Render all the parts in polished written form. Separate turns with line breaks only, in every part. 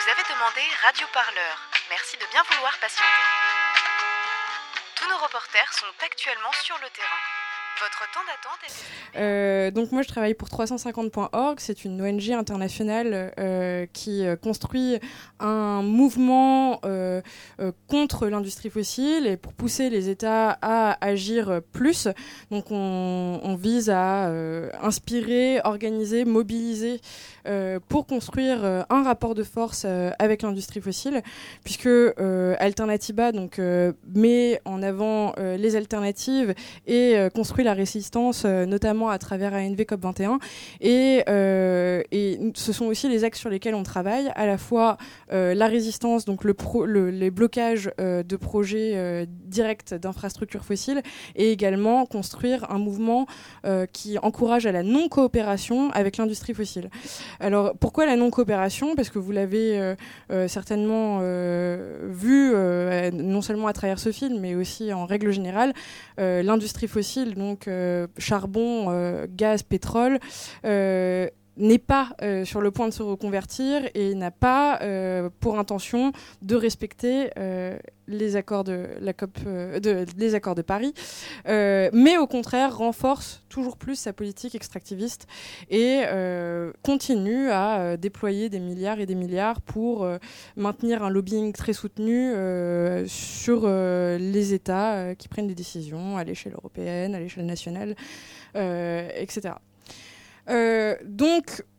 Vous avez demandé Radio Parleur. Merci de bien vouloir patienter. Tous nos reporters sont actuellement sur le terrain. Votre temps d'attente est...
Donc moi je travaille pour 350.org, c'est une ONG internationale qui construit un mouvement contre l'industrie fossile et pour pousser les États à agir plus. Donc on vise à inspirer, organiser, mobiliser pour construire un rapport de force avec l'industrie fossile, puisque Alternatiba met en avant les alternatives et construit la résistance, notamment à travers ANV COP21. Et ce sont aussi les axes sur lesquels on travaille, à la fois la résistance, donc les blocages de projets directs d'infrastructures fossiles, et également construire un mouvement qui encourage à la non-coopération avec l'industrie fossile. Alors, pourquoi la non-coopération ? Parce que vous l'avez certainement vu, non seulement à travers ce film, mais aussi en règle générale, l'industrie fossile, donc charbon, gaz, pétrole, n'est pas sur le point de se reconvertir et n'a pas pour intention de respecter les accords de la COP, les accords de Paris, mais au contraire renforce toujours plus sa politique extractiviste et continue à déployer des milliards et des milliards pour maintenir un lobbying très soutenu sur les États qui prennent des décisions à l'échelle européenne, à l'échelle nationale, etc. Donc,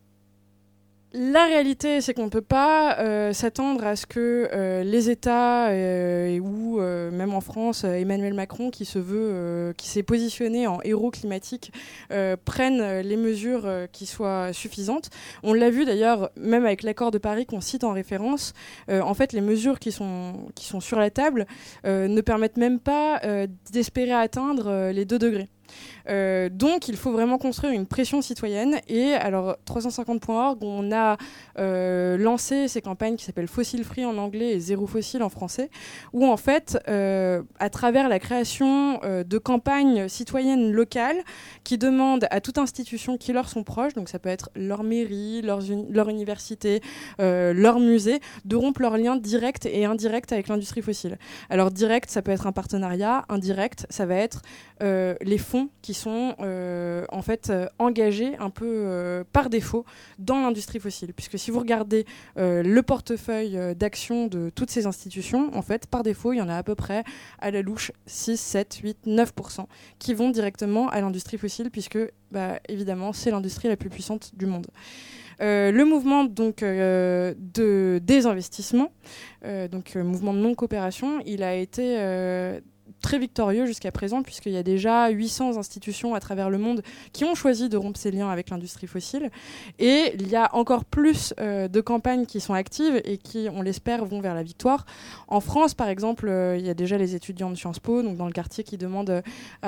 la réalité, c'est qu'on ne peut pas s'attendre à ce que les États, ou même en France, Emmanuel Macron, qui s'est positionné en héros climatique, prennent les mesures qui soient suffisantes. On l'a vu d'ailleurs, même avec l'accord de Paris qu'on cite en référence, en fait, les mesures qui sont sur la table ne permettent même pas d'espérer atteindre les 2 degrés. Donc il faut vraiment construire une pression citoyenne et alors 350.org on a lancé ces campagnes qui s'appellent Fossil Free en anglais et Zéro Fossile en français où en fait à travers la création de campagnes citoyennes locales qui demandent à toute institution qui leur sont proches, donc ça peut être leur mairie, leur université, leur musée, de rompre leurs liens directs et indirects avec l'industrie fossile. Alors direct ça peut être un partenariat, indirect ça va être les fonds qui sont en fait engagés un peu par défaut dans l'industrie fossile. Puisque si vous regardez le portefeuille d'action de toutes ces institutions, en fait, par défaut, il y en a à peu près à la louche 6, 7, 8, 9% qui vont directement à l'industrie fossile puisque, évidemment, c'est l'industrie la plus puissante du monde. Le mouvement donc, de désinvestissement, mouvement de non-coopération, il a été très victorieux jusqu'à présent puisqu'il y a déjà 800 institutions à travers le monde qui ont choisi de rompre ces liens avec l'industrie fossile et il y a encore plus de campagnes qui sont actives et qui, on l'espère, vont vers la victoire. En France, par exemple, il y a déjà les étudiants de Sciences Po, donc dans le quartier, qui demandent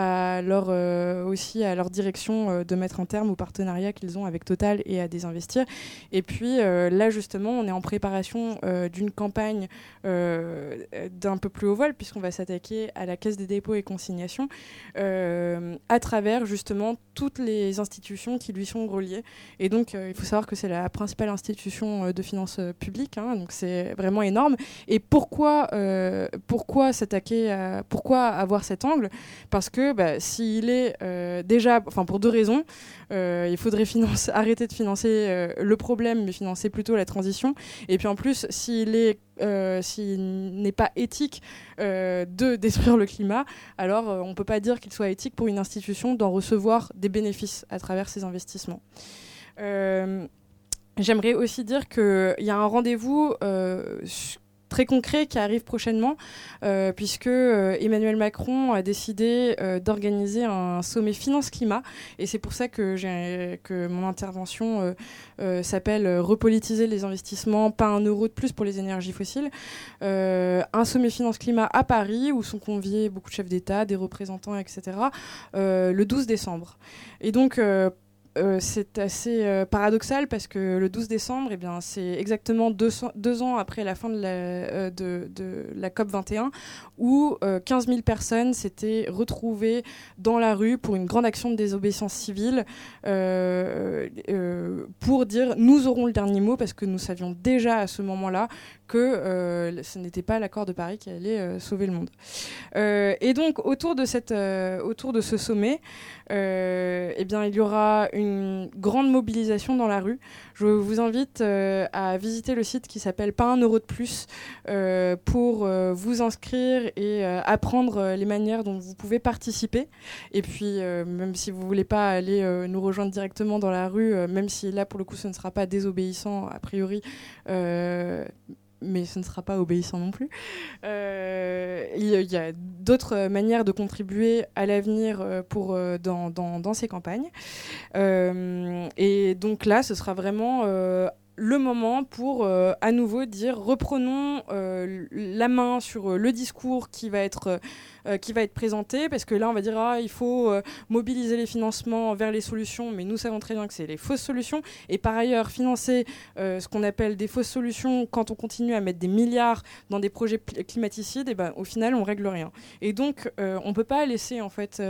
aussi à leur direction de mettre un terme au partenariat qu'ils ont avec Total et à désinvestir. Et puis là, justement, on est en préparation d'une campagne d'un peu plus haut vol puisqu'on va s'attaquer à la Caisse des dépôts et consignations à travers justement toutes les institutions qui lui sont reliées. Et donc il faut savoir que c'est la principale institution de finances publiques, donc c'est vraiment énorme. Et pourquoi s'attaquer pourquoi avoir cet angle ? Parce que s'il est déjà, pour 2 raisons, il faudrait arrêter de financer le problème mais financer plutôt la transition. Et puis en plus, s'il n'est pas éthique de détruire le climat, alors on ne peut pas dire qu'il soit éthique pour une institution d'en recevoir des bénéfices à travers ses investissements. J'aimerais aussi dire qu'il y a un rendez-vous très concret qui arrive prochainement, puisque Emmanuel Macron a décidé d'organiser un sommet finance-climat, et c'est pour ça que mon intervention s'appelle « Repolitiser les investissements, pas un euro de plus pour les énergies fossiles ». Un sommet finance-climat à Paris, où sont conviés beaucoup de chefs d'État, des représentants, etc., le 12 décembre. Et donc, c'est assez paradoxal parce que le 12 décembre, eh bien, c'est exactement 2 ans après la fin de la COP 21 où 15 000 personnes s'étaient retrouvées dans la rue pour une grande action de désobéissance civile pour dire nous aurons le dernier mot parce que nous savions déjà à ce moment-là que ce n'était pas l'accord de Paris qui allait sauver le monde. Et donc autour de ce sommet, eh bien, il y aura une grande mobilisation dans la rue. Je vous invite à visiter le site qui s'appelle Pas un euro de plus pour vous inscrire et apprendre les manières dont vous pouvez participer. Et puis, même si vous ne voulez pas aller nous rejoindre directement dans la rue, même si là, pour le coup, ce ne sera pas désobéissant, a priori, mais ce ne sera pas obéissant non plus. Il y a d'autres manières de contribuer à l'avenir dans ces campagnes. Et donc là, ce sera vraiment le moment pour à nouveau dire reprenons la main sur le discours qui va être présenté, parce que là on va dire il faut mobiliser les financements vers les solutions, mais nous savons très bien que c'est les fausses solutions, et par ailleurs financer ce qu'on appelle des fausses solutions quand on continue à mettre des milliards dans des projets climaticides, et ben, au final on règle rien. Et donc on peut pas laisser en fait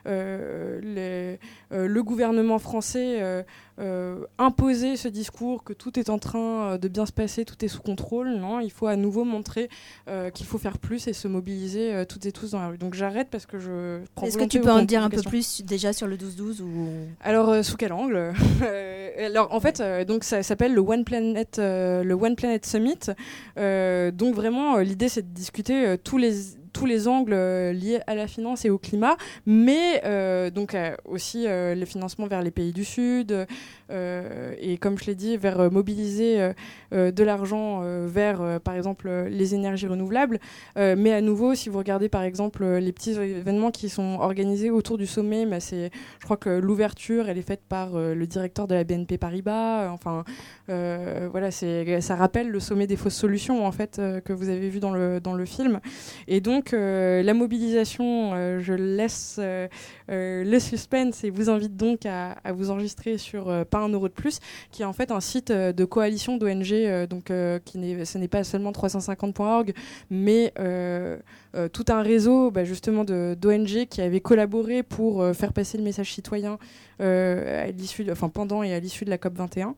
le gouvernement français imposer ce discours que tout est en train de bien se passer, tout est sous contrôle. Non, il faut à nouveau montrer qu'il faut faire plus et se mobiliser toutes et tous dans la rue. Donc j'arrête parce que je prends.
Est-ce que tu peux en dire un peu plus déjà sur le 12-12 ou...
Alors sous quel angle? Alors en fait, donc ça s'appelle le One Planet Summit. Donc vraiment, l'idée c'est de discuter tous les angles liés à la finance et au climat, mais donc aussi le financement vers les pays du Sud, et comme je l'ai dit, vers mobiliser de l'argent vers, par exemple, les énergies renouvelables. Mais à nouveau, si vous regardez, par exemple, les petits événements qui sont organisés autour du sommet, bah, je crois que l'ouverture, elle est faite par le directeur de la BNP Paribas. Enfin, voilà, ça rappelle le sommet des fausses solutions, en fait, que vous avez vu dans le film. Et donc, la mobilisation, je laisse le suspense et vous invite donc à vous enregistrer sur Pas un euro de plus, qui est en fait un site de coalition d'ONG, donc ce n'est pas seulement 350.org, mais tout un réseau justement d'ONG qui avaient collaboré pour faire passer le message citoyen pendant et à l'issue de la COP 21.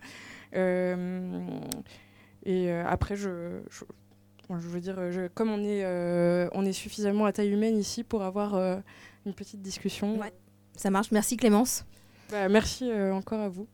Et après, je veux dire, comme on est suffisamment à taille humaine ici pour avoir une petite discussion.
Ouais, ça marche. Merci Clémence.
Merci encore à vous.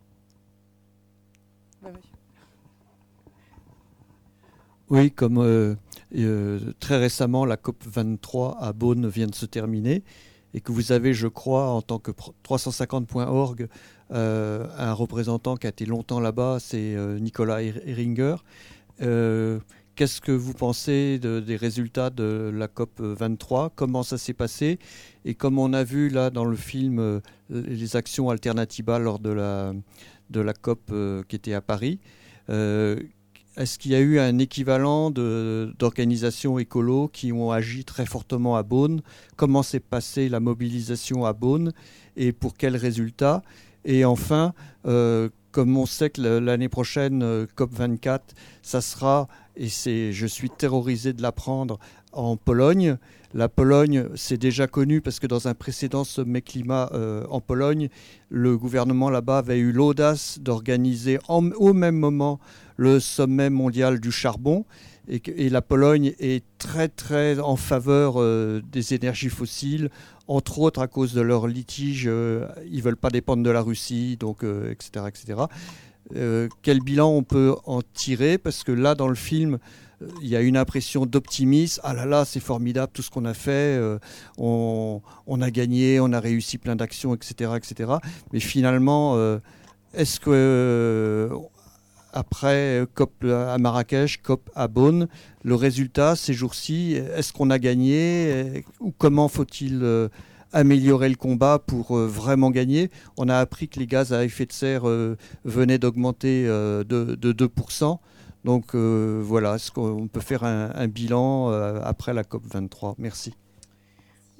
Oui, comme très récemment, la COP 23 à Beaune vient de se terminer et que vous avez, je crois, en tant que 350.org, un représentant qui a été longtemps là-bas, c'est Nicolas Heringer. Qu'est-ce que vous pensez des résultats de la COP 23 ? Comment ça s'est passé ? Et comme on a vu là dans le film les actions Alternativa lors de la COP qui était à Paris, est-ce qu'il y a eu un équivalent d'organisations écolos qui ont agi très fortement à Beaune ? Comment s'est passée la mobilisation à Beaune et pour quels résultats ? Et enfin, comme on sait que l'année prochaine, COP24, ça sera, et je suis terrorisé de l'apprendre, en Pologne. La Pologne, c'est déjà connu parce que dans un précédent sommet climat en Pologne, le gouvernement là-bas avait eu l'audace d'organiser au même moment le sommet mondial du charbon. Et la Pologne est très très en faveur des énergies fossiles, entre autres à cause de leur litige, ils ne veulent pas dépendre de la Russie, donc, etc. etc. Quel bilan on peut en tirer ? Parce que là, dans le film, il y a une impression d'optimisme. Ah là là, c'est formidable tout ce qu'on a fait, on a gagné, on a réussi plein d'actions, etc. etc. Mais finalement, est-ce que... après COP à Marrakech, COP à Beaune, le résultat ces jours-ci, est-ce qu'on a gagné ou comment faut-il améliorer le combat pour vraiment gagner ? On a appris que les gaz à effet de serre venaient d'augmenter de 2%. Donc voilà, est-ce qu'on peut faire un bilan après la COP 23 ? Merci.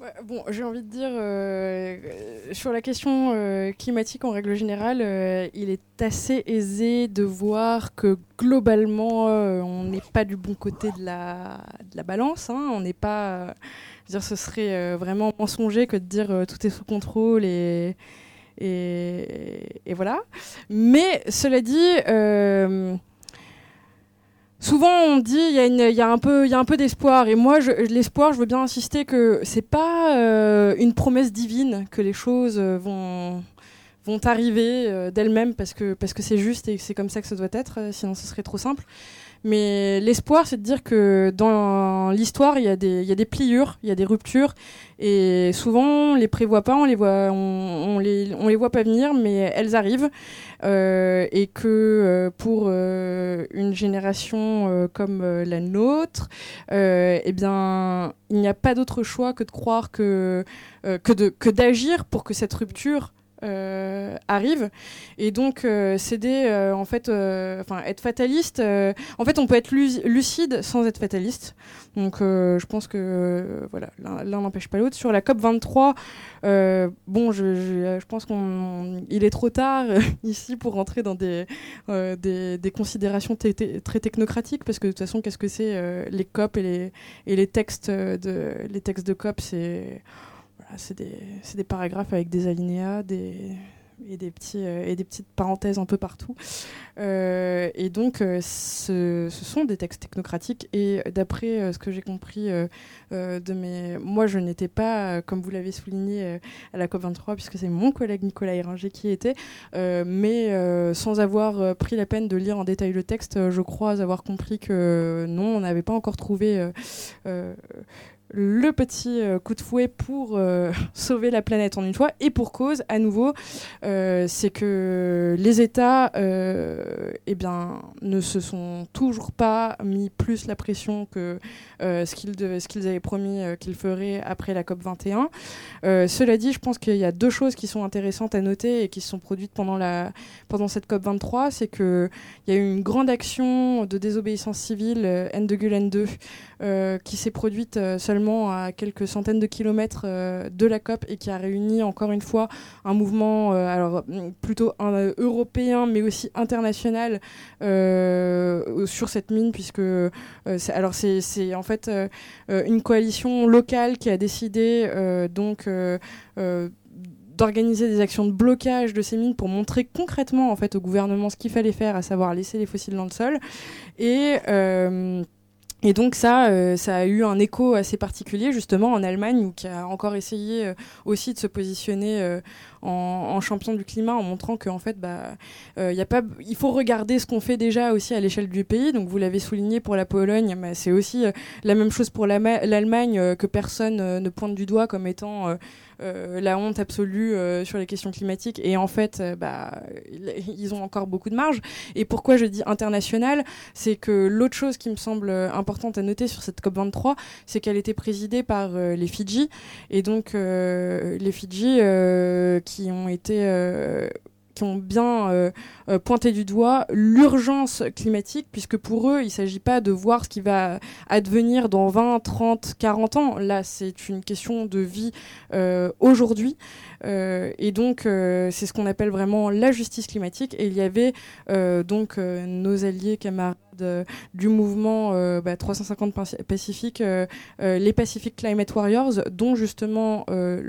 Ouais, bon, j'ai envie de dire, sur la question climatique en règle générale, il est assez aisé de voir que globalement, on n'est pas du bon côté de la balance. Hein. On n'est pas... je veux dire, ce serait vraiment mensonger que de dire tout est sous contrôle et voilà. Mais cela dit... souvent, on dit il y a un peu d'espoir. Et moi, l'espoir, je veux bien insister que c'est pas une promesse divine que les choses vont arriver d'elles-mêmes parce que c'est juste et que c'est comme ça que ça doit être. Sinon, ce serait trop simple. Mais l'espoir, c'est de dire que dans l'histoire, il y a des pliures, il y a des ruptures, et souvent on les prévoit pas, on les voit pas venir, mais elles arrivent, et que pour une génération comme la nôtre, eh bien, il n'y a pas d'autre choix que de croire que d'agir pour que cette rupture arrive, et donc céder en fait, être fataliste, en fait on peut être lucide sans être fataliste, donc je pense que voilà, l'un n'empêche pas l'autre. Sur la COP 23, bon, je pense qu'il est trop tard ici pour rentrer dans des considérations très technocratiques, parce que de toute façon, qu'est-ce que c'est les COP et les textes de COP, c'est des paragraphes avec des alinéas et des petites parenthèses un peu partout. Et donc, ce sont des textes technocratiques. Et d'après ce que j'ai compris moi, je n'étais pas, comme vous l'avez souligné, à la COP23, puisque c'est mon collègue Nicolas Héringer qui y était. Mais sans avoir pris la peine de lire en détail le texte, je crois avoir compris que non, on n'avait pas encore trouvé... le petit coup de fouet pour sauver la planète en une fois, et pour cause, à nouveau, c'est que les États eh bien, ne se sont toujours pas mis plus la pression que ce qu'ils avaient promis qu'ils feraient après la COP 21. Cela dit, je pense qu'il y a deux choses qui sont intéressantes à noter et qui se sont produites pendant cette COP 23, c'est qu'il y a eu une grande action de désobéissance civile, Ende 2, qui s'est produite seulement à quelques centaines de kilomètres de la COP, et qui a réuni encore une fois un mouvement plutôt européen mais aussi international sur cette mine, puisque c'est en fait une coalition locale qui a décidé d'organiser des actions de blocage de ces mines pour montrer concrètement en fait au gouvernement ce qu'il fallait faire, à savoir laisser les fossiles dans le sol. Et donc ça a eu un écho assez particulier justement en Allemagne, qui a encore essayé aussi de se positionner en champion du climat, en montrant qu'en fait il faut regarder ce qu'on fait déjà aussi à l'échelle du pays. Donc vous l'avez souligné pour la Pologne, mais c'est aussi la même chose pour l'Allemagne, que personne ne pointe du doigt comme étant la honte absolue sur les questions climatiques, et en fait ils ont encore beaucoup de marge. Et pourquoi je dis international, c'est que l'autre chose qui me semble importante à noter sur cette COP23, c'est qu'elle était présidée par les Fidji, et donc les Fidji qui ont bien pointé du doigt l'urgence climatique, puisque pour eux, il ne s'agit pas de voir ce qui va advenir dans 20, 30, 40 ans. Là, c'est une question de vie aujourd'hui. Et donc, c'est ce qu'on appelle vraiment la justice climatique. Et il y avait nos alliés, camarades du mouvement 350 Pacifique, les Pacific Climate Warriors, dont justement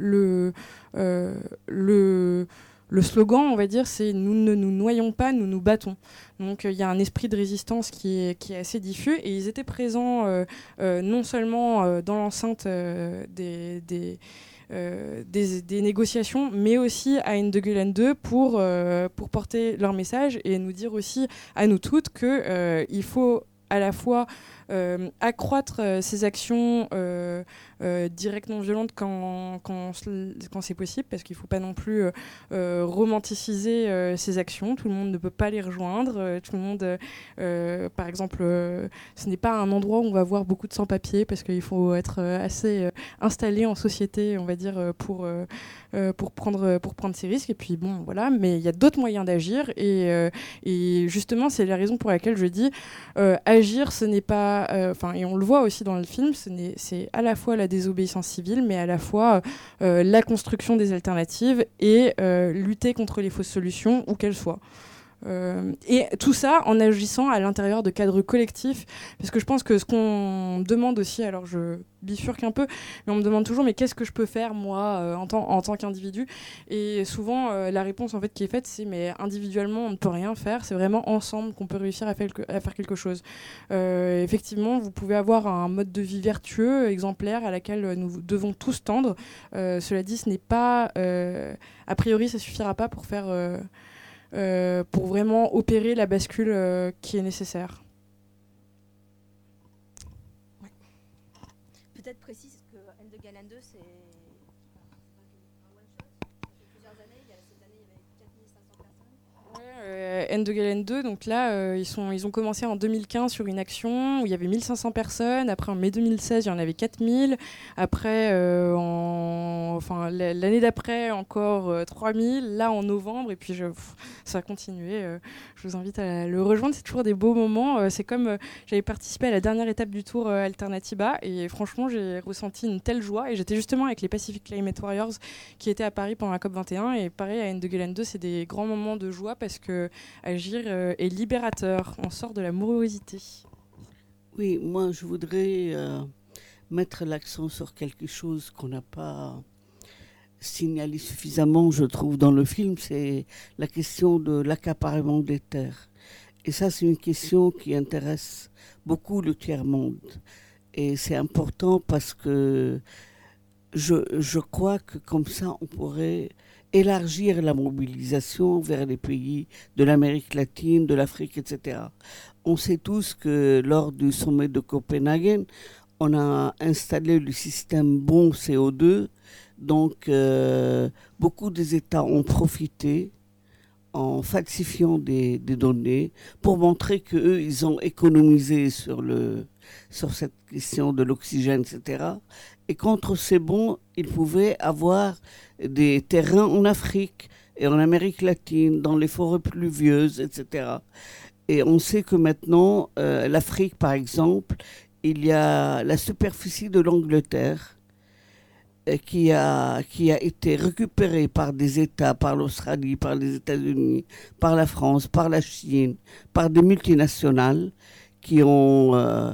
le slogan, on va dire, c'est « Nous ne nous noyons pas, nous nous battons ». Donc il y a un esprit de résistance qui est assez diffus, et ils étaient présents non seulement dans l'enceinte des négociations, mais aussi à Ende 2 pour porter leur message et nous dire aussi à nous toutes qu'il faut à la fois accroître ces actions directes non violentes quand c'est possible, parce qu'il ne faut pas non plus romanticiser ces actions. Tout le monde ne peut pas les rejoindre. Tout le monde, par exemple, ce n'est pas un endroit où on va voir beaucoup de sans-papiers, parce qu'il faut être assez installé en société, on va dire, pour prendre ces risques. Et puis bon, voilà. Mais il y a d'autres moyens d'agir, et justement, c'est la raison pour laquelle je dis agir, ce n'est pas, et on le voit aussi dans le film, c'est à la fois la désobéissance civile, mais à la fois la construction des alternatives et lutter contre les fausses solutions, où qu'elles soient. Et tout ça en agissant à l'intérieur de cadres collectifs, parce que je pense que ce qu'on demande aussi, alors je bifurque un peu, mais on me demande toujours mais qu'est-ce que je peux faire moi en tant qu'individu, et souvent la réponse en fait qui est faite c'est mais individuellement on ne peut rien faire, c'est vraiment ensemble qu'on peut réussir à faire quelque chose. Effectivement vous pouvez avoir un mode de vie vertueux, exemplaire, à laquelle nous devons tous tendre. Cela dit, ce n'est pas a priori ça suffira pas pour faire pour vraiment opérer la bascule qui est nécessaire.
Ouais. Peut-être précise que Ende Gallen 2, c'est un one-shot. Ça fait plusieurs années. Cette année, il y avait 4500 personnes.
Ende Gallen 2, donc là, ils ont commencé en 2015 sur une action où il y avait 1500 personnes. Après, en mai 2016, il y en avait 4000. Après, l'année d'après, encore 3000. Là, en novembre. Et puis, ça a continué. Je vous invite à le rejoindre. C'est toujours des beaux moments. C'est comme j'avais participé à la dernière étape du tour Alternatiba. Et franchement, j'ai ressenti une telle joie. Et j'étais justement avec les Pacific Climate Warriors qui étaient à Paris pendant la COP21. Et pareil, à Ende Gallen 2, c'est des grands moments de joie parce que agir est libérateur. On sort de la morosité.
Oui, moi, je voudrais mettre l'accent sur quelque chose qu'on n'a pas signalé suffisamment, je trouve, dans le film, c'est la question de l'accaparement des terres. Et ça, c'est une question qui intéresse beaucoup le tiers-monde. Et c'est important parce que je crois que comme ça, on pourrait élargir la mobilisation vers les pays de l'Amérique latine, de l'Afrique, etc. On sait tous que lors du sommet de Copenhague, on a installé le système bon CO2. Donc, beaucoup des États ont profité en falsifiant des données pour montrer qu'eux, ils ont économisé sur cette question de l'oxygène, etc. Et contre ces bons, ils pouvaient avoir des terrains en Afrique et en Amérique latine, dans les forêts pluvieuses, etc. Et on sait que maintenant, l'Afrique, par exemple, il y a la superficie de l'Angleterre qui a été récupérée par des États, par l'Australie, par les États-Unis, par la France, par la Chine, par des multinationales qui ont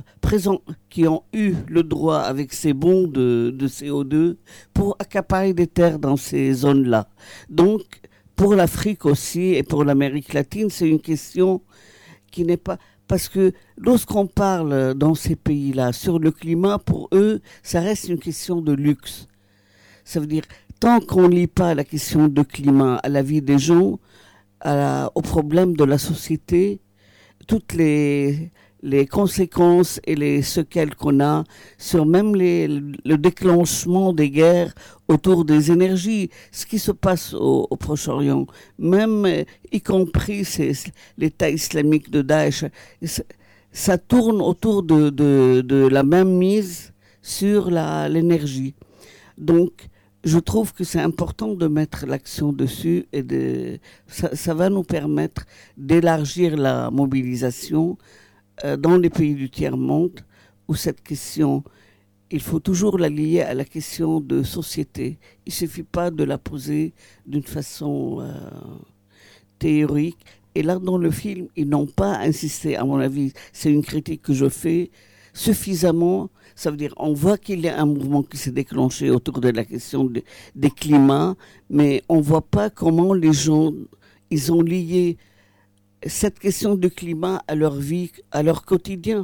eu le droit avec ces bons de CO2 pour accaparer des terres dans ces zones-là. Donc, pour l'Afrique aussi et pour l'Amérique latine, c'est une question qui n'est pas... Parce que lorsqu'on parle dans ces pays-là sur le climat, pour eux, ça reste une question de luxe. Ça veut dire, tant qu'on ne lie pas la question de climat à la vie des gens, au problème de la société, toutes les conséquences et les séquelles qu'on a sur même le déclenchement des guerres autour des énergies, ce qui se passe au Proche-Orient, même y compris l'État islamique de Daesh, ça tourne autour de la même mise sur l'énergie. Donc, je trouve que c'est important de mettre l'accent dessus et ça va nous permettre d'élargir la mobilisation dans les pays du tiers-monde où cette question, il faut toujours la lier à la question de société. Il ne suffit pas de la poser d'une façon théorique. Et là, dans le film, ils n'ont pas insisté, à mon avis, c'est une critique que je fais, suffisamment. Ça veut dire, on voit qu'il y a un mouvement qui s'est déclenché autour de la question des climats, mais on ne voit pas comment les gens, ils ont lié cette question du climat à leur vie, à leur quotidien.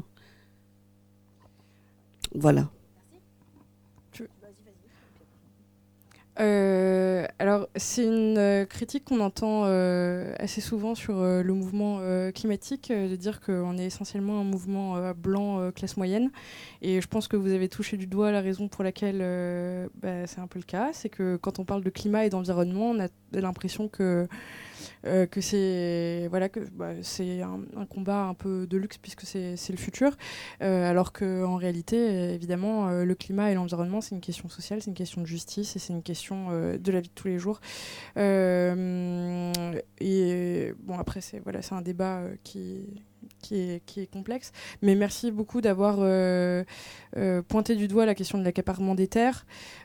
Voilà.
Alors, c'est une critique qu'on entend assez souvent sur le mouvement climatique, de dire qu'on est essentiellement un mouvement blanc classe moyenne. Et je pense que vous avez touché du doigt la raison pour laquelle c'est un peu le cas. C'est que quand on parle de climat et d'environnement, on a l'impression que c'est un combat un peu de luxe puisque c'est le futur, alors qu'en réalité, évidemment, le climat et l'environnement, c'est une question sociale, c'est une question de justice et c'est une question de la vie de tous les jours. Et bon, après, c'est un débat qui qui est complexe. Mais merci beaucoup d'avoir pointé du doigt la question de l'accaparement des terres.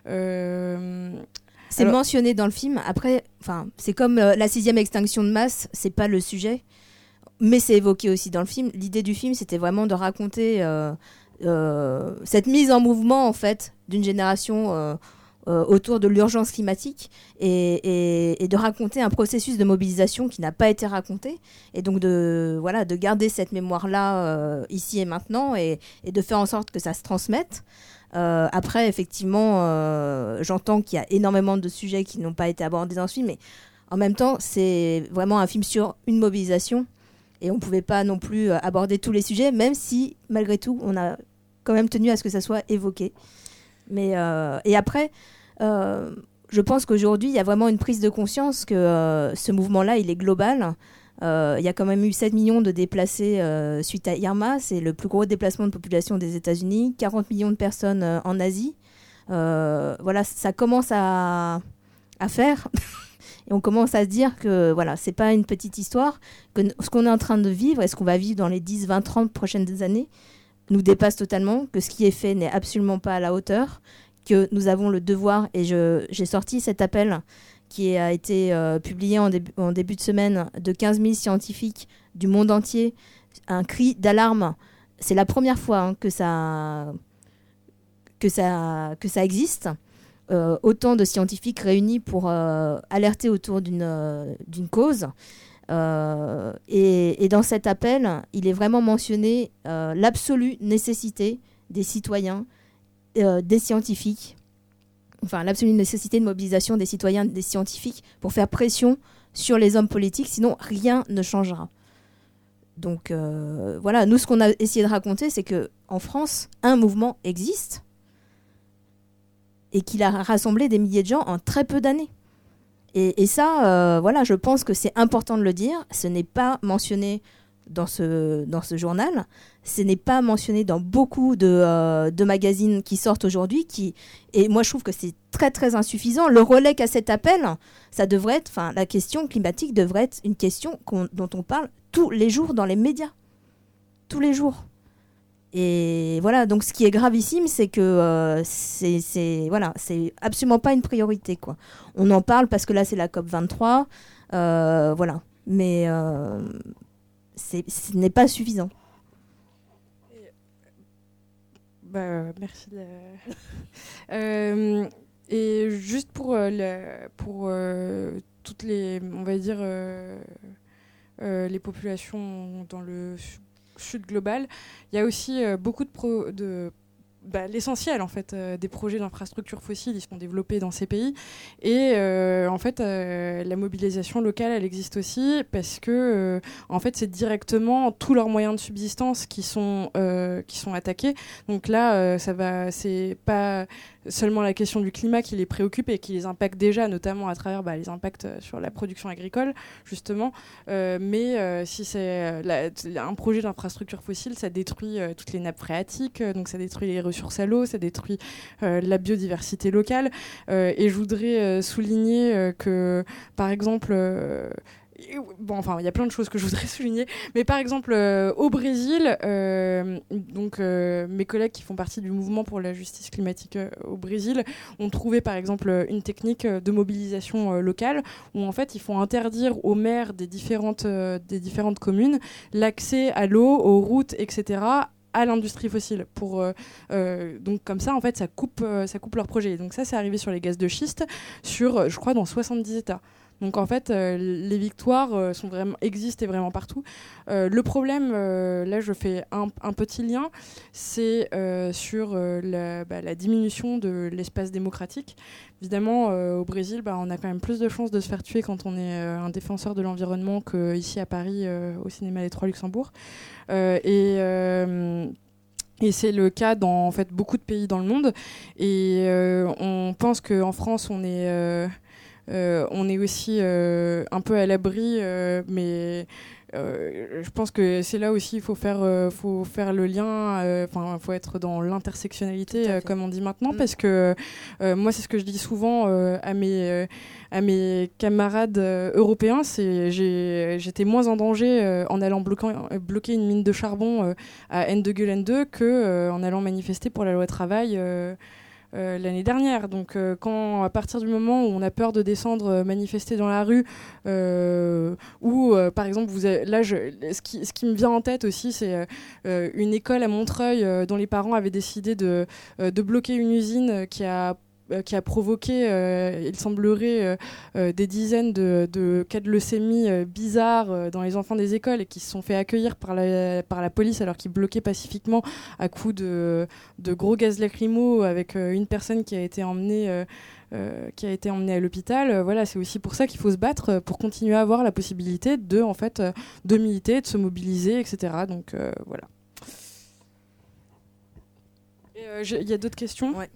C'est mentionné dans le film. Après, c'est comme la 6e extinction de masse, c'est pas le sujet, mais c'est évoqué aussi dans le film. L'idée du film, c'était vraiment de raconter cette mise en mouvement en fait d'une génération autour de l'urgence climatique et de raconter un processus de mobilisation qui n'a pas été raconté, et donc de garder cette mémoire-là ici et maintenant et de faire en sorte que ça se transmette. Après, effectivement, j'entends qu'il y a énormément de sujets qui n'ont pas été abordés dans ce film, mais en même temps, c'est vraiment un film sur une mobilisation et on ne pouvait pas non plus aborder tous les sujets, même si, malgré tout, on a quand même tenu à ce que ça soit évoqué. Mais, et après, je pense qu'aujourd'hui, il y a vraiment une prise de conscience que ce mouvement-là, il est global. Il y a quand même eu 7 millions de déplacés suite à Irma. C'est le plus gros déplacement de population des États-Unis. 40 millions de personnes en Asie. Ça commence à faire. Et on commence à se dire que c'est pas une petite histoire. Que ce qu'on est en train de vivre et ce qu'on va vivre dans les 10, 20, 30 prochaines années nous dépasse totalement. Que ce qui est fait n'est absolument pas à la hauteur. Que nous avons le devoir, et j'ai sorti cet appel qui a été publié en début de semaine de 15 000 scientifiques du monde entier, un cri d'alarme. C'est la première fois que ça existe. Autant de scientifiques réunis pour alerter autour d'une cause. Et dans cet appel, il est vraiment mentionné l'absolue nécessité des citoyens, des scientifiques, l'absolue nécessité de mobilisation des citoyens, des scientifiques pour faire pression sur les hommes politiques, sinon rien ne changera. Donc nous, ce qu'on a essayé de raconter, c'est qu'en France, un mouvement existe et qu'il a rassemblé des milliers de gens en très peu d'années. Et ça, je pense que c'est important de le dire. Ce n'est pas mentionné dans ce journal. Ce n'est pas mentionné dans beaucoup de magazines qui sortent aujourd'hui. Et moi, je trouve que c'est très, très insuffisant. Le relais qu'a cet appel, ça devrait être, la question climatique devrait être une question dont on parle tous les jours dans les médias. Tous les jours. Et donc ce qui est gravissime, c'est que c'est absolument pas une priorité, quoi. On en parle parce que là, c'est la COP23. Mais ce n'est pas suffisant.
Merci. Et juste pour toutes les, on va dire, les populations dans le sud global, il y a aussi beaucoup l'essentiel en fait des projets d'infrastructures fossiles, ils sont développés dans ces pays, et en fait la mobilisation locale, elle existe aussi parce que en fait c'est directement tous leurs moyens de subsistance qui sont attaqués. Donc là c'est pas seulement la question du climat qui les préoccupe et qui les impacte déjà, notamment à travers les impacts sur la production agricole justement, mais si c'est un projet d'infrastructure fossile, ça détruit toutes les nappes phréatiques, donc ça détruit les ressources à l'eau, ça détruit la biodiversité locale, et je voudrais souligner que par exemple il y a plein de choses que je voudrais souligner, mais par exemple au Brésil, mes collègues qui font partie du mouvement pour la justice climatique au Brésil ont trouvé par exemple une technique de mobilisation locale où en fait ils font interdire aux maires des différentes communes l'accès à l'eau, aux routes, etc., à l'industrie fossile donc comme ça en fait ça coupe leur projet. Donc ça c'est arrivé sur les gaz de schiste je crois dans 70 États. Donc en fait, les victoires existent et vraiment partout. Le problème, là je fais un petit lien, c'est sur la diminution de l'espace démocratique. Évidemment, au Brésil, on a quand même plus de chances de se faire tuer quand on est un défenseur de l'environnement qu'ici à Paris, au cinéma Les Trois Luxembourg. Et c'est le cas dans en fait, beaucoup de pays dans le monde. Et on pense qu'en France, on est on est aussi un peu à l'abri, mais je pense que c'est là aussi il faut faire le lien, faut être dans l'intersectionnalité comme on dit maintenant, parce que moi c'est ce que je dis souvent à mes camarades européens, j'étais moins en danger en allant bloquer une mine de charbon à Ende-Gelände que en allant manifester pour la loi travail l'année dernière. Donc quand à partir du moment où on a peur de descendre manifester dans la rue, ou par exemple ce qui me vient en tête aussi, c'est une école à Montreuil dont les parents avaient décidé de bloquer une usine qui a provoqué, il semblerait, des dizaines de cas de leucémie bizarres dans les enfants des écoles, et qui se sont fait accueillir par la police alors qu'ils bloquaient pacifiquement à coups de gros gaz lacrymo, avec une personne qui a été emmenée à l'hôpital. Voilà, c'est aussi pour ça qu'il faut se battre, pour continuer à avoir la possibilité de militer, de se mobiliser, etc. Donc voilà. Il y a d'autres questions ?
Ouais.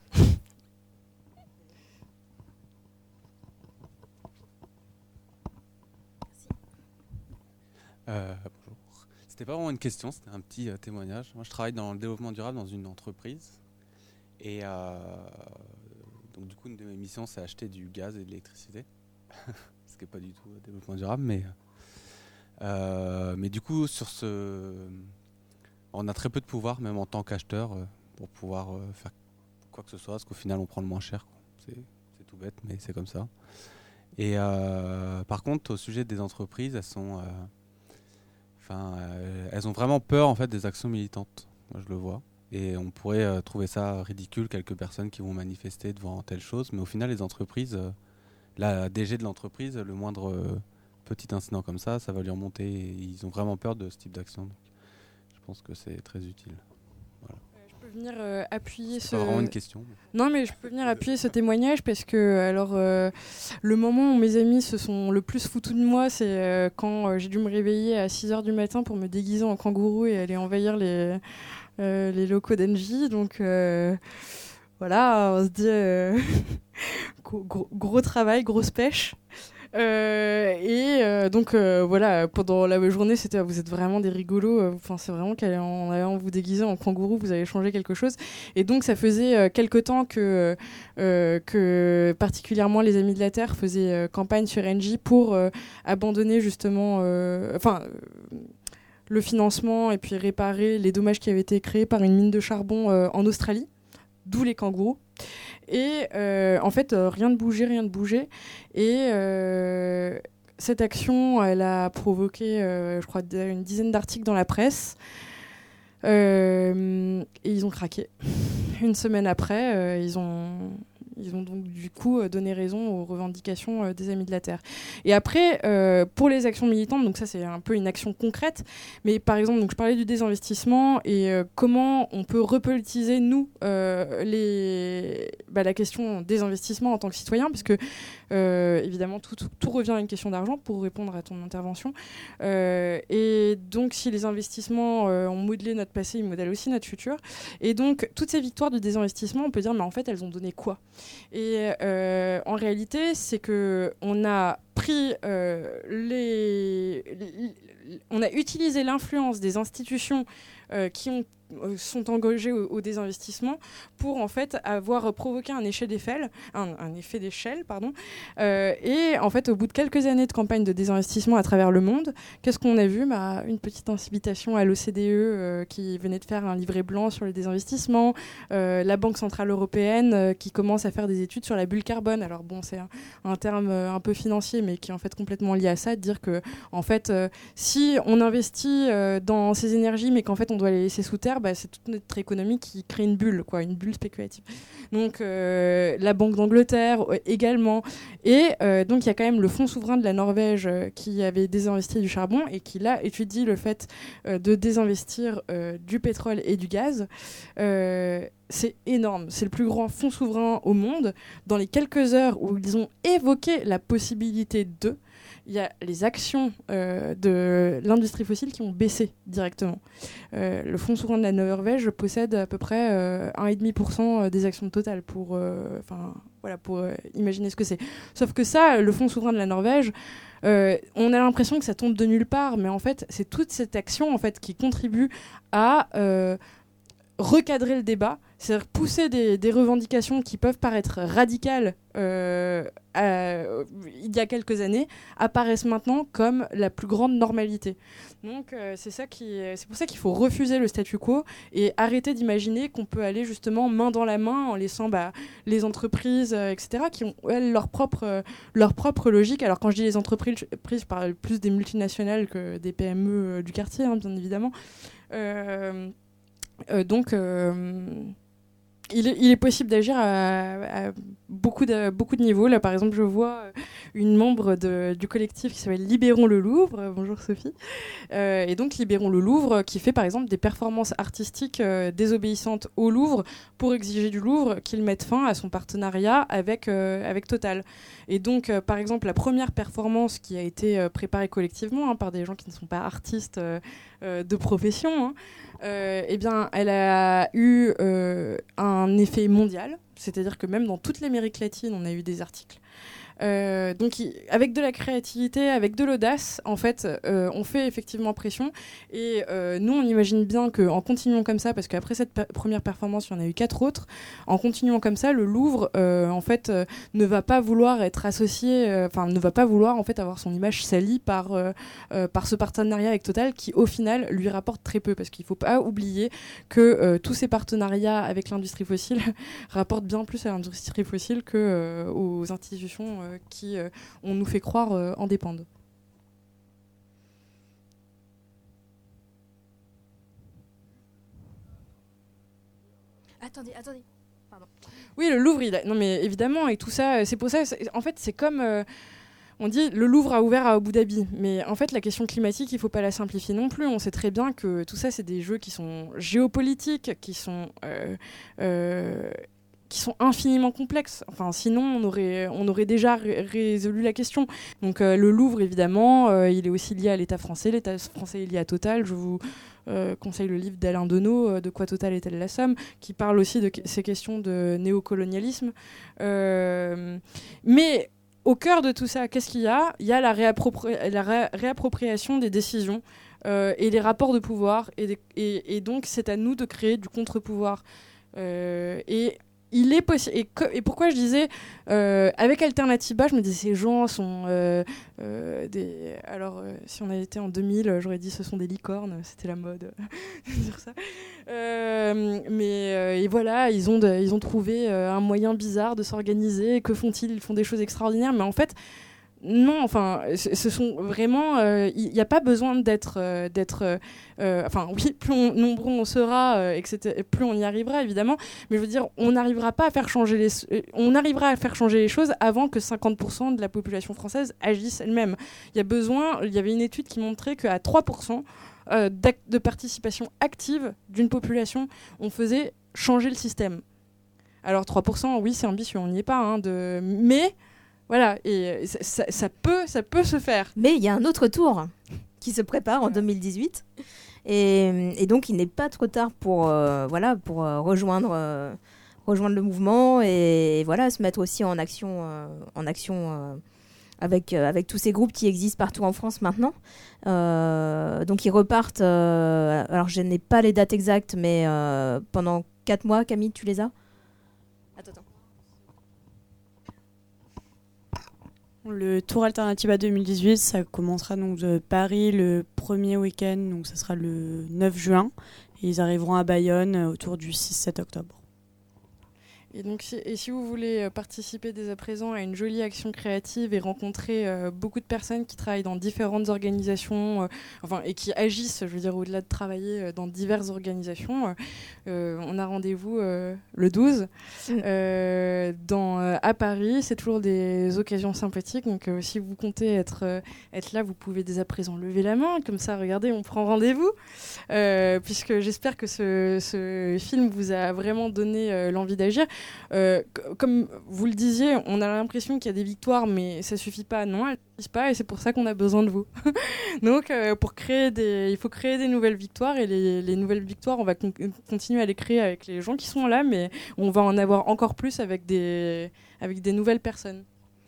Bonjour. C'était pas vraiment une question, c'était un petit témoignage. Moi, je travaille dans le développement durable dans une entreprise. Et donc, du coup, une de mes missions, c'est acheter du gaz et de l'électricité. Ce qui n'est pas du tout développement durable. Mais du coup, on a très peu de pouvoir, même en tant qu'acheteur, pour pouvoir faire quoi que ce soit, parce qu'au final, on prend le moins cher, quoi. C'est tout bête, mais c'est comme ça. Et par contre, au sujet des entreprises, elles ont vraiment peur en fait des actions militantes. Moi, je le vois. Et on pourrait trouver ça ridicule, quelques personnes qui vont manifester devant telle chose, mais au final, les entreprises, la DG de l'entreprise, le moindre petit incident comme ça va lui remonter. Et ils ont vraiment peur de ce type d'action. Donc, je pense que c'est très utile. Voilà.
Je peux venir appuyer
c'est pas vraiment une question.
Non, mais je peux venir appuyer ce témoignage, parce que le moment où mes amis se sont le plus foutus de moi, c'est quand j'ai dû me réveiller à 6h du matin pour me déguiser en kangourou et aller envahir les locaux d'Engie. Donc voilà, on se dit gros travail, grosse pêche. Donc voilà, pendant la journée, c'était vous êtes vraiment des rigolos. C'est vraiment qu'en allant vous déguiser en kangourou, vous allez changer quelque chose. Et donc ça faisait quelque temps que particulièrement les Amis de la Terre faisaient campagne sur Engie pour abandonner justement le financement et puis réparer les dommages qui avaient été créés par une mine de charbon en Australie, d'où les kangourous. Et en fait, rien ne bougeait. Et cette action, elle a provoqué, je crois, une dizaine d'articles dans la presse. Et ils ont craqué. Une semaine après, ils ont donc du coup donné raison aux revendications des Amis de la Terre. Et après, pour les actions militantes, donc ça c'est un peu une action concrète, mais par exemple, donc je parlais du désinvestissement et comment on peut repolitiser nous la question des investissements en tant que citoyen, parce que évidemment tout revient à une question d'argent pour répondre à ton intervention. Et donc si les investissements ont modelé notre passé, ils modèlent aussi notre futur. Et donc toutes ces victoires du désinvestissement, on peut dire mais en fait elles ont donné quoi ? Et en réalité, c'est que on a pris on a utilisé l'influence des institutions qui sont engagées au désinvestissement pour en fait avoir provoqué un effet d'échelle, et en fait au bout de quelques années de campagne de désinvestissement à travers le monde, qu'est-ce qu'on a vu ? Une petite incitation à l'OCDE qui venait de faire un livret blanc sur les désinvestissements, la Banque Centrale Européenne qui commence à faire des études sur la bulle carbone. Alors bon, c'est un terme un peu financier, mais qui est en fait complètement lié à ça, de dire que en fait si on investit dans ces énergies mais qu'en fait on doit les laisser sous terre, c'est toute notre économie qui crée une bulle spéculative. Donc la Banque d'Angleterre également. Et donc il y a quand même le Fonds souverain de la Norvège qui avait désinvesti du charbon et qui là étudie le fait de désinvestir du pétrole et du gaz. C'est énorme, c'est le plus grand fonds souverain au monde. Dans les quelques heures où ils ont évoqué la possibilité il y a les actions de l'industrie fossile qui ont baissé directement. Le Fonds souverain de la Norvège possède à peu près 1,5% des actions totales pour imaginer ce que c'est. Sauf que ça, le Fonds souverain de la Norvège, on a l'impression que ça tombe de nulle part, mais en fait, c'est toute cette action en fait, qui contribue à recadrer le débat, c'est-à-dire pousser des revendications qui peuvent paraître radicales il y a quelques années, apparaissent maintenant comme la plus grande normalité. Donc c'est pour ça qu'il faut refuser le statu quo et arrêter d'imaginer qu'on peut aller justement main dans la main en laissant les entreprises, etc., qui ont elles, leur propre logique. Alors quand je dis les entreprises, je parle plus des multinationales que des PME du quartier, hein, bien évidemment. Donc, il est possible d'agir à beaucoup de niveaux. Là, par exemple, je vois une membre du collectif qui s'appelle Libérons le Louvre. Bonjour Sophie. Et donc, Libérons le Louvre, qui fait par exemple des performances artistiques désobéissantes au Louvre pour exiger du Louvre qu'il mette fin à son partenariat avec Total. Et donc, par exemple, la première performance qui a été préparée collectivement par des gens qui ne sont pas artistes de profession, eh bien, elle a eu un effet mondial, c'est-à-dire que même dans toute l'Amérique latine, on a eu des articles. Donc, avec de la créativité, avec de l'audace, en fait, on fait effectivement pression. Et nous, on imagine bien qu'en continuant comme ça, parce qu'après cette première performance, il y en a eu 4 autres, en continuant comme ça, le Louvre, en fait, ne va pas vouloir être associé, ne va pas vouloir en fait avoir son image salie par ce partenariat avec Total, qui au final lui rapporte très peu, parce qu'il ne faut pas oublier que tous ces partenariats avec l'industrie fossile rapportent bien plus à l'industrie fossile que aux institutions qui, on nous fait croire, en dépendent.
Attendez. Pardon.
Oui, le Louvre, non mais évidemment, et tout ça, c'est pour ça, en fait, c'est comme... on dit le Louvre a ouvert à Abu Dhabi, mais en fait la question climatique, il ne faut pas la simplifier non plus. On sait très bien que tout ça, c'est des jeux qui sont géopolitiques, qui sont infiniment complexes. Enfin, sinon, on aurait déjà résolu la question. Donc le Louvre, évidemment, il est aussi lié à l'État français. L'État français est lié à Total. Je vous conseille le livre d'Alain Deneau, De quoi Total est-elle la somme, qui parle aussi de ces questions de néocolonialisme. Mais au cœur de tout ça, qu'est-ce qu'il y a ? Il y a la réappropriation des décisions et les rapports de pouvoir. Et donc, c'est à nous de créer du contre-pouvoir. Et il est possible. Et pourquoi je disais avec Alternatiba, je me disais ces gens sont des. Alors, si on avait été en 2000, j'aurais dit ce sont des licornes. C'était la mode de dire ça. Et voilà, ils ont trouvé un moyen bizarre de s'organiser. Que font-ils ? Ils font des choses extraordinaires. Mais en fait, non. Enfin, ce sont vraiment. Il n'y a pas besoin d'être. Oui, plus nombreux on sera, etc. Plus on y arrivera évidemment. Mais je veux dire, on n'arrivera pas à faire changer les choses avant que 50% de la population française agisse elle-même. Il y avait une étude qui montrait qu'à 3% de participation active d'une population, on faisait changer le système. Alors 3%, oui, c'est ambitieux, on n'y est pas. Mais voilà, et ça peut se faire.
Mais il y a un autre tour qui se prépare en 2018. Et donc, il n'est pas trop tard pour rejoindre le mouvement et voilà, se mettre aussi en action avec tous ces groupes qui existent partout en France maintenant. Donc, ils repartent. Alors, je n'ai pas les dates exactes, mais pendant 4 mois, Camille, tu les as ? Attends.
Le Tour Alternatiba 2018, ça commencera donc de Paris le premier week-end, donc ça sera le 9 juin. Et ils arriveront à Bayonne autour du 6-7 octobre.
Et donc, si vous voulez participer dès à présent à une jolie action créative et rencontrer beaucoup de personnes qui travaillent dans différentes organisations, et qui agissent, je veux dire, au-delà de travailler dans diverses organisations, on a rendez-vous le 12 à Paris. C'est toujours des occasions sympathiques. Donc, si vous comptez être là, vous pouvez dès à présent lever la main. Comme ça, regardez, on prend rendez-vous. Puisque j'espère que ce film vous a vraiment donné l'envie d'agir. Comme vous le disiez, on a l'impression qu'il y a des victoires, mais ça suffit pas. Non, elles suffisent pas, et c'est pour ça qu'on a besoin de vous. Donc, il faut créer des nouvelles victoires, et les nouvelles victoires, on va continuer à les créer avec les gens qui sont là, mais on va en avoir encore plus avec des nouvelles personnes.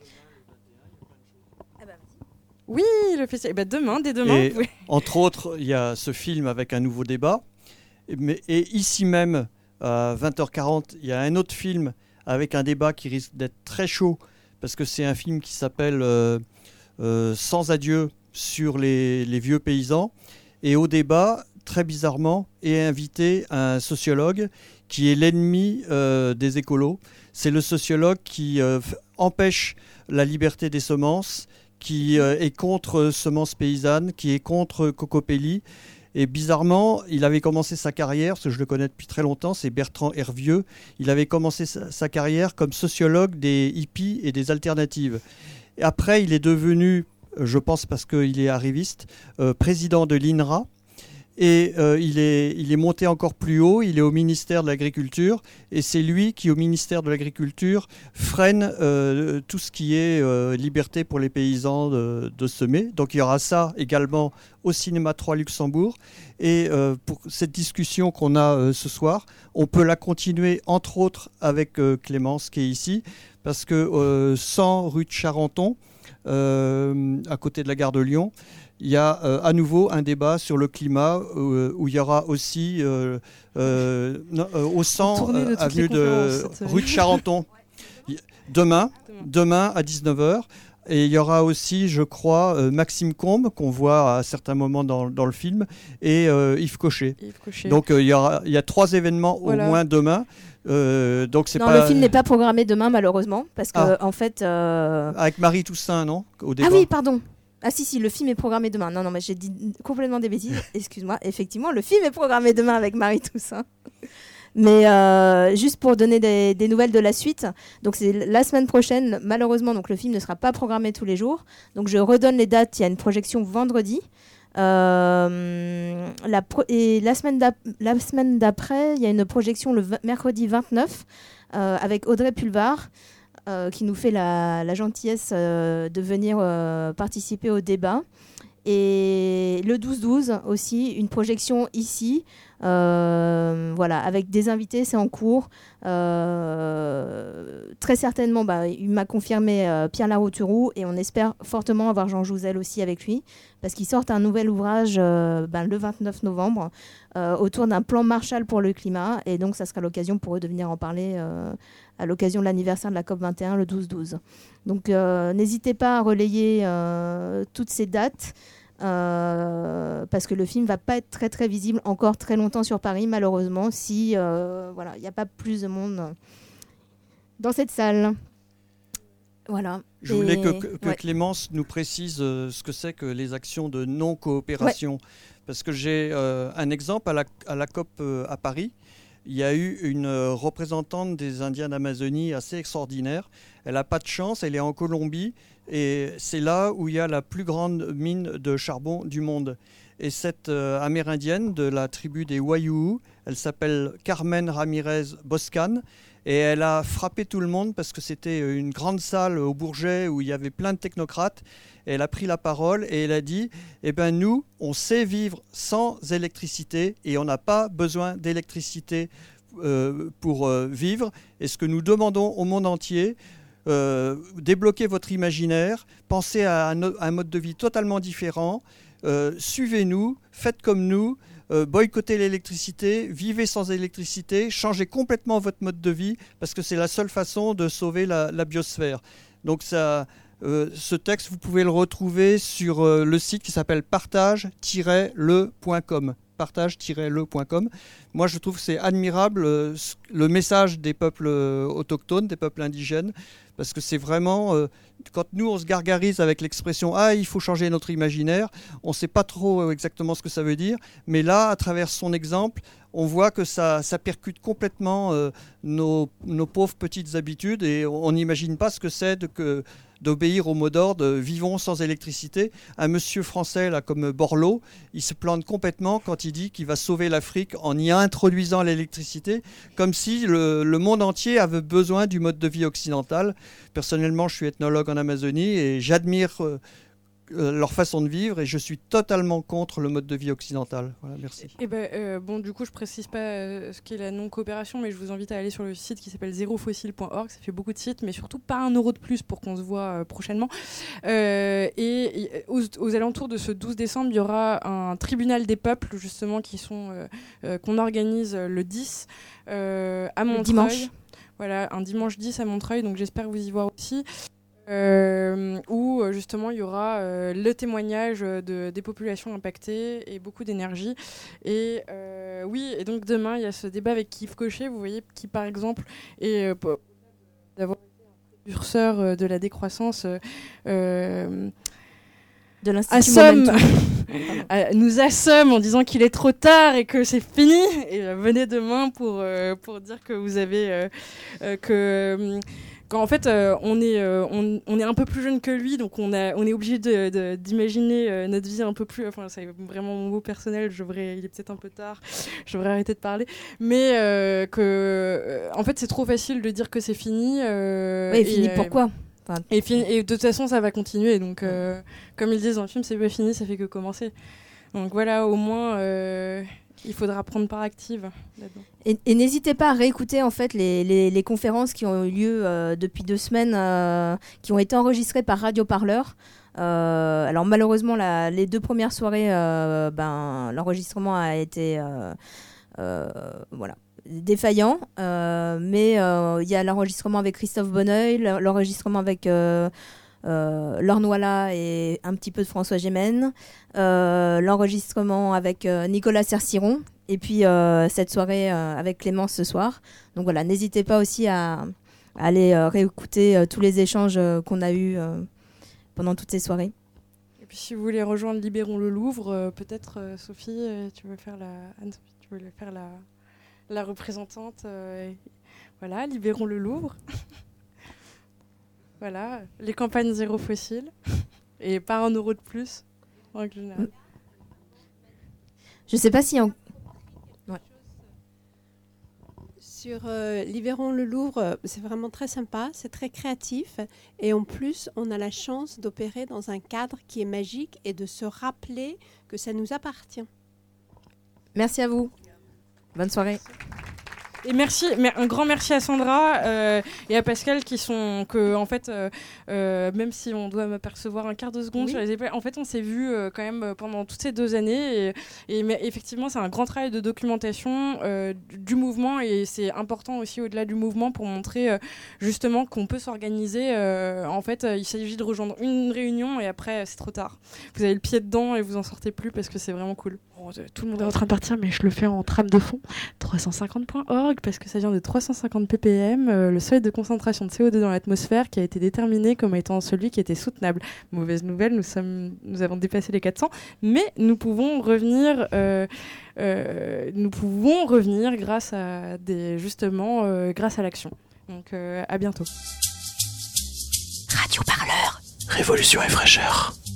Oui, le festival. Dès demain.
Et, entre autres, il y a ce film avec un nouveau débat. Et ici même, à 20h40, il y a un autre film avec un débat qui risque d'être très chaud, parce que c'est un film qui s'appelle Sans adieu, sur les vieux paysans. Et au débat, très bizarrement, est invité un sociologue qui est l'ennemi des écolos. C'est le sociologue qui empêche la liberté des semences, qui est contre Semences Paysannes, qui est contre Cocopelli. Et bizarrement, il avait commencé sa carrière, parce que je le connais depuis très longtemps, c'est Bertrand Hervieux. Il avait commencé sa carrière comme sociologue des hippies et des alternatives. Et après, il est devenu, je pense parce qu'il est arriviste, président de l'INRA. Et il est monté encore plus haut, il est au ministère de l'Agriculture, et c'est lui qui, au ministère de l'Agriculture, freine tout ce qui est liberté pour les paysans de semer. Donc il y aura ça également au Cinéma 3 Luxembourg. Et pour cette discussion qu'on a ce soir, on peut la continuer entre autres avec Clémence qui est ici, parce que 100 rue de Charenton, à côté de la gare de Lyon, il y a à nouveau un débat sur le climat où il y aura aussi au 100 avenue rue de Charenton demain à 19h. Et il y aura aussi, je crois, Maxime Combes, qu'on voit à certains moments dans le film, et Yves Cochet. Donc il y a 3 événements au moins demain. Donc c'est
le film n'est pas programmé demain, malheureusement, parce que en fait...
Avec Marie Toussaint, non, au débat.
Ah oui, pardon. Ah si, le film est programmé demain. Non, mais j'ai dit complètement des bêtises. Excuse-moi. Effectivement, le film est programmé demain avec Marie Toussaint. Mais juste pour donner des nouvelles de la suite, donc c'est la semaine prochaine, malheureusement, donc le film ne sera pas programmé tous les jours. Donc je redonne les dates. Il y a une projection vendredi. Et la semaine d'après, il y a une projection le mercredi 29 avec Audrey Pulvar. Qui nous fait la gentillesse de venir participer au débat. Et le 12-12 aussi, une projection ici, avec des invités, c'est en cours. Très certainement, il m'a confirmé Pierre Larouturou, et on espère fortement avoir Jean Jouzel aussi avec lui, parce qu'il sort un nouvel ouvrage le 29 novembre autour d'un plan Marshall pour le climat, et donc ça sera l'occasion pour eux de venir en parler à l'occasion de l'anniversaire de la COP21 le 12-12. Donc n'hésitez pas à relayer toutes ces dates, parce que le film va pas être très très visible encore très longtemps sur Paris, malheureusement, si il n'y a pas plus de monde dans cette salle. Voilà.
Je voulais que Clémence nous précise ce que c'est que les actions de non-coopération, parce que j'ai un exemple à la COP à Paris. Il y a eu une représentante des Indiens d'Amazonie assez extraordinaire. Elle n'a pas de chance, elle est en Colombie, et c'est là où il y a la plus grande mine de charbon du monde. Et cette amérindienne de la tribu des Wayuu, elle s'appelle Carmen Ramirez Boscan, et elle a frappé tout le monde parce que c'était une grande salle au Bourget où il y avait plein de technocrates. Et elle a pris la parole et elle a dit nous, on sait vivre sans électricité et on n'a pas besoin d'électricité pour vivre. Et ce que nous demandons au monde entier, débloquez votre imaginaire, pensez à un mode de vie totalement différent, suivez-nous, faites comme nous. Boycottez l'électricité, vivez sans électricité, changez complètement votre mode de vie parce que c'est la seule façon de sauver la biosphère. Donc ce texte, vous pouvez le retrouver sur le site qui s'appelle partage-le.com. Partage-le.com. Moi, je trouve que c'est admirable le message des peuples autochtones, des peuples indigènes, parce que c'est vraiment... quand nous, on se gargarise avec l'expression « Ah, il faut changer notre imaginaire », on ne sait pas trop exactement ce que ça veut dire, mais là, à travers son exemple, on voit que ça percute complètement nos pauvres petites habitudes, et on n'imagine pas ce que c'est d'obéir au mot d'ordre « vivons sans électricité ». Un monsieur français là, comme Borloo, il se plante complètement quand il dit qu'il va sauver l'Afrique en y introduisant l'électricité, comme si le monde entier avait besoin du mode de vie occidental. Personnellement, je suis ethnologue en Amazonie et j'admire leur façon de vivre et je suis totalement contre le mode de vie occidental. Voilà, merci.
Et bon, du coup, je précise pas ce qu'est la non-coopération, mais je vous invite à aller sur le site qui s'appelle zerofossile.org. Ça fait beaucoup de sites, mais surtout pas 1 euro de plus pour qu'on se voit prochainement. Et aux alentours de ce 12 décembre, il y aura un tribunal des peuples, justement, qu'on organise le 10 à Montreuil.
Dimanche.
Voilà, un dimanche 10 à Montreuil, donc j'espère vous y voir aussi. Où justement il y aura le témoignage des populations impactées et beaucoup d'énergie. Et oui, et donc demain il y a ce débat avec Yves Cochet, vous voyez, qui par exemple est d'avoir été un précurseur de la décroissance
de l'Institut Momentum.
Nous assomme en disant qu'il est trop tard et que c'est fini. Et venez demain pour dire que vous avez quand en fait on est un peu plus jeune que lui, donc on est obligé d'imaginer notre vie un peu plus. Enfin, c'est vraiment mon mot personnel. Il est peut-être un peu tard. Je devrais arrêter de parler. Mais en fait, c'est trop facile de dire que c'est fini.
Oui, fini pourquoi?
Et de toute façon, ça va continuer. Donc, comme ils disent dans le film, c'est pas fini, ça fait que commencer. Donc voilà, au moins, il faudra prendre part active là-dedans.
Et n'hésitez pas à réécouter en fait les conférences qui ont eu lieu depuis 2 semaines, qui ont été enregistrées par Radio Parleur. Alors malheureusement, les 2 premières soirées, l'enregistrement a été défaillant, mais il y a l'enregistrement avec Christophe Bonneuil, l'enregistrement avec Laure Noila et un petit peu de François Gémen, l'enregistrement avec Nicolas Cerciron, et puis cette soirée avec Clémence ce soir. Donc voilà, n'hésitez pas aussi à aller réécouter tous les échanges qu'on a eus pendant toutes ces soirées.
Et puis si vous voulez rejoindre Libérons le Louvre, peut-être Sophie, tu veux faire la représentante. Voilà, Libérons le Louvre. Voilà, les campagnes zéro fossile. Et pas 1 euro de plus, en général.
Je sais pas si...
Sur Libérons le Louvre, c'est vraiment très sympa, c'est très créatif. Et en plus, on a la chance d'opérer dans un cadre qui est magique et de se rappeler que ça nous appartient.
Merci à vous. Bonne soirée.
Et un grand merci à Sandra et à Pascal même si on doit m'apercevoir un quart de seconde sur les épaules, en fait on s'est vus quand même pendant toutes ces 2 années mais effectivement c'est un grand travail de documentation du mouvement, et c'est important aussi au-delà du mouvement pour montrer justement qu'on peut s'organiser. En fait il s'agit de rejoindre une réunion et après c'est trop tard. Vous avez le pied dedans et vous en sortez plus parce que c'est vraiment cool. Bon, tout le monde est en train de partir, mais je le fais en trame de fond. 350.org parce que ça vient de 350 ppm, le seuil de concentration de CO2 dans l'atmosphère qui a été déterminé comme étant celui qui était soutenable. Mauvaise nouvelle, nous avons dépassé les 400, mais nous pouvons revenir grâce à grâce à l'action. Donc à bientôt.
Radio Parleur. Révolution et fraîcheur.